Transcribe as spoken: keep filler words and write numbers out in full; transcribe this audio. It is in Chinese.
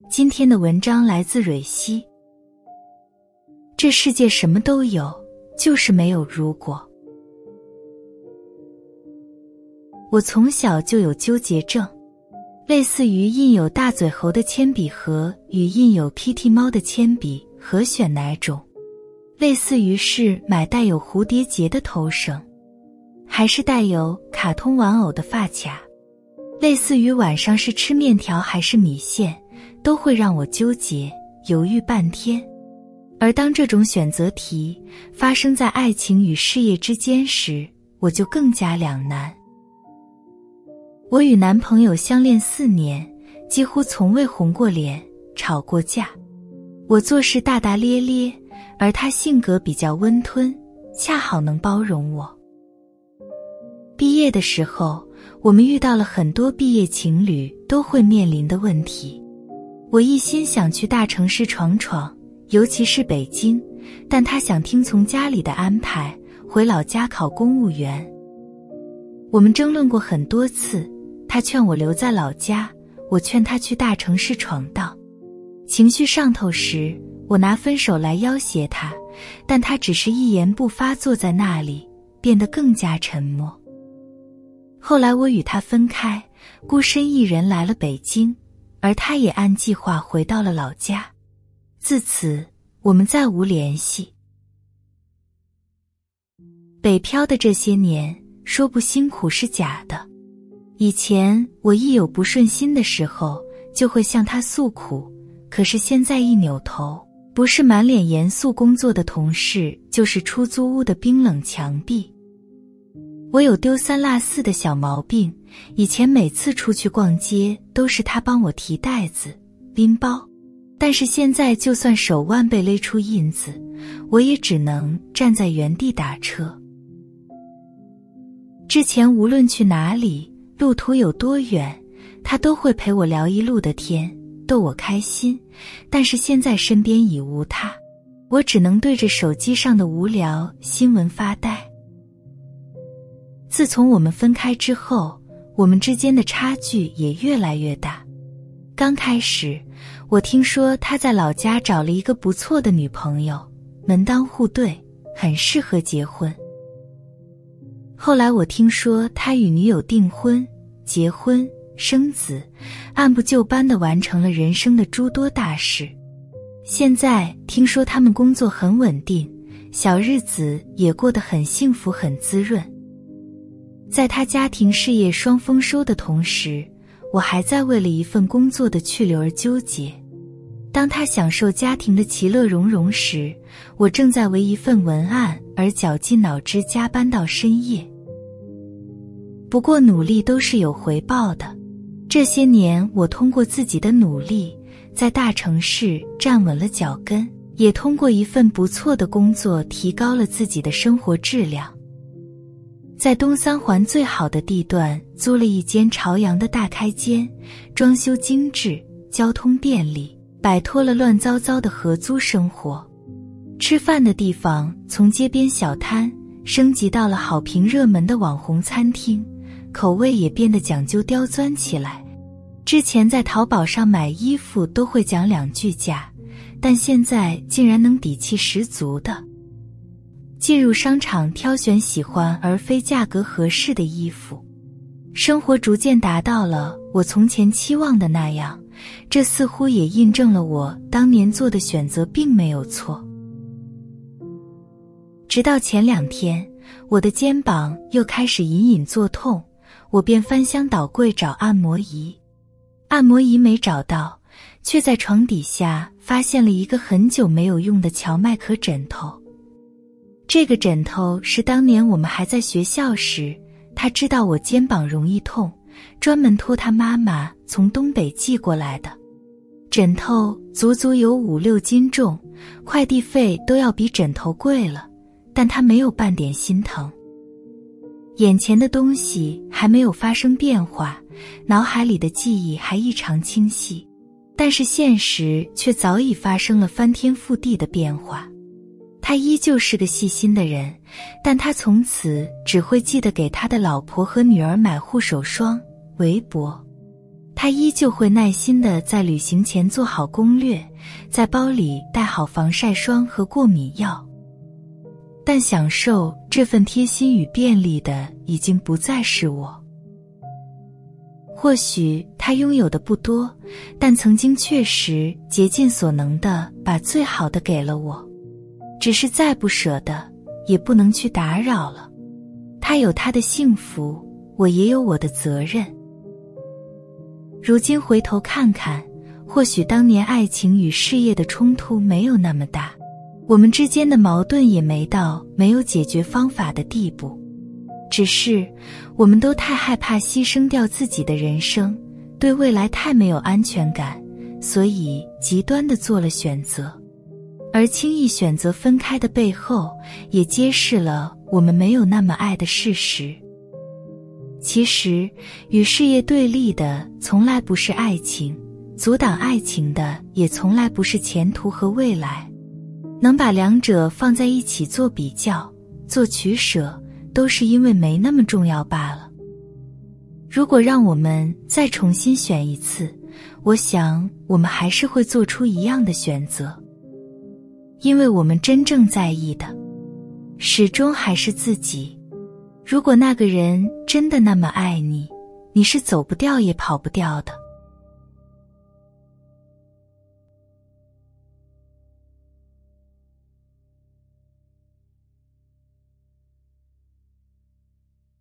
今天的文章来自蕊希。这世界什么都有，就是没有如果。我从小就有纠结症，类似于印有大嘴猴的铅笔盒与印有 Kitty 猫的铅笔何选哪种，类似于是买带有蝴蝶结的头绳，还是带有卡通玩偶的发卡，类似于晚上是吃面条还是米线，都会让我纠结犹豫半天。而当这种选择题发生在爱情与事业之间时，我就更加两难。我与男朋友相恋四年，几乎从未红过脸，吵过架。我做事大大咧咧，而他性格比较温吞，恰好能包容我。毕业的时候，我们遇到了很多毕业情侣都会面临的问题。我一心想去大城市闯闯，尤其是北京，但他想听从家里的安排，回老家考公务员。我们争论过很多次，他劝我留在老家，我劝他去大城市闯荡。情绪上头时，我拿分手来要挟他，但他只是一言不发坐在那里，变得更加沉默。后来我与他分开，孤身一人来了北京，而他也按计划回到了老家。自此，我们再无联系。北漂的这些年，说不辛苦是假的。以前我一有不顺心的时候，就会向他诉苦，可是现在一扭头，不是满脸严肃工作的同事，就是出租屋的冰冷墙壁。我有丢三落四的小毛病，以前每次出去逛街都是他帮我提袋子、拎包，但是现在就算手腕被勒出印子，我也只能站在原地打车。之前无论去哪里，路途有多远，他都会陪我聊一路的天，逗我开心，但是现在身边已无他，我只能对着手机上的无聊新闻发呆。自从我们分开之后，我们之间的差距也越来越大。刚开始，我听说他在老家找了一个不错的女朋友，门当户对，很适合结婚。后来我听说他与女友订婚、结婚、生子，按部就班地完成了人生的诸多大事。现在听说他们工作很稳定，小日子也过得很幸福很滋润。在他家庭事业双丰收的同时，我还在为了一份工作的去留而纠结。当他享受家庭的其乐融融时，我正在为一份文案而绞尽脑汁加班到深夜。不过努力都是有回报的，这些年我通过自己的努力，在大城市站稳了脚跟，也通过一份不错的工作提高了自己的生活质量。在东三环最好的地段租了一间朝阳的大开间，装修精致，交通便利，摆脱了乱糟糟的合租生活。吃饭的地方从街边小摊升级到了好评热门的网红餐厅，口味也变得讲究刁钻起来。之前在淘宝上买衣服都会讲两句价，但现在竟然能底气十足的进入商场挑选喜欢而非价格合适的衣服。生活逐渐达到了我从前期望的那样，这似乎也印证了我当年做的选择并没有错。直到前两天，我的肩膀又开始隐隐作痛，我便翻箱倒柜找按摩仪。按摩仪没找到，却在床底下发现了一个很久没有用的荞麦壳枕头。这个枕头是当年我们还在学校时，他知道我肩膀容易痛，专门托他妈妈从东北寄过来的。枕头足足有五六斤重，快递费都要比枕头贵了，但他没有半点心疼。眼前的东西还没有发生变化，脑海里的记忆还异常清晰，但是现实却早已发生了翻天覆地的变化。他依旧是个细心的人，但他从此只会记得给他的老婆和女儿买护手霜、围脖。他他依旧会耐心地在旅行前做好攻略，在包里带好防晒霜和过敏药。但享受这份贴心与便利的已经不再是我。或许他拥有的不多，但曾经确实竭尽所能地把最好的给了我。只是再不舍得，也不能去打扰了。他有他的幸福，我也有我的责任。如今回头看看，或许当年爱情与事业的冲突没有那么大，我们之间的矛盾也没到没有解决方法的地步。只是我们都太害怕牺牲掉自己的人生，对未来太没有安全感，所以极端地做了选择。而轻易选择分开的背后，也揭示了我们没有那么爱的事实。其实，与事业对立的从来不是爱情，阻挡爱情的也从来不是前途和未来。能把两者放在一起做比较，做取舍，都是因为没那么重要罢了。如果让我们再重新选一次，我想我们还是会做出一样的选择。因为我们真正在意的，始终还是自己。如果那个人真的那么爱你，你是走不掉也跑不掉的。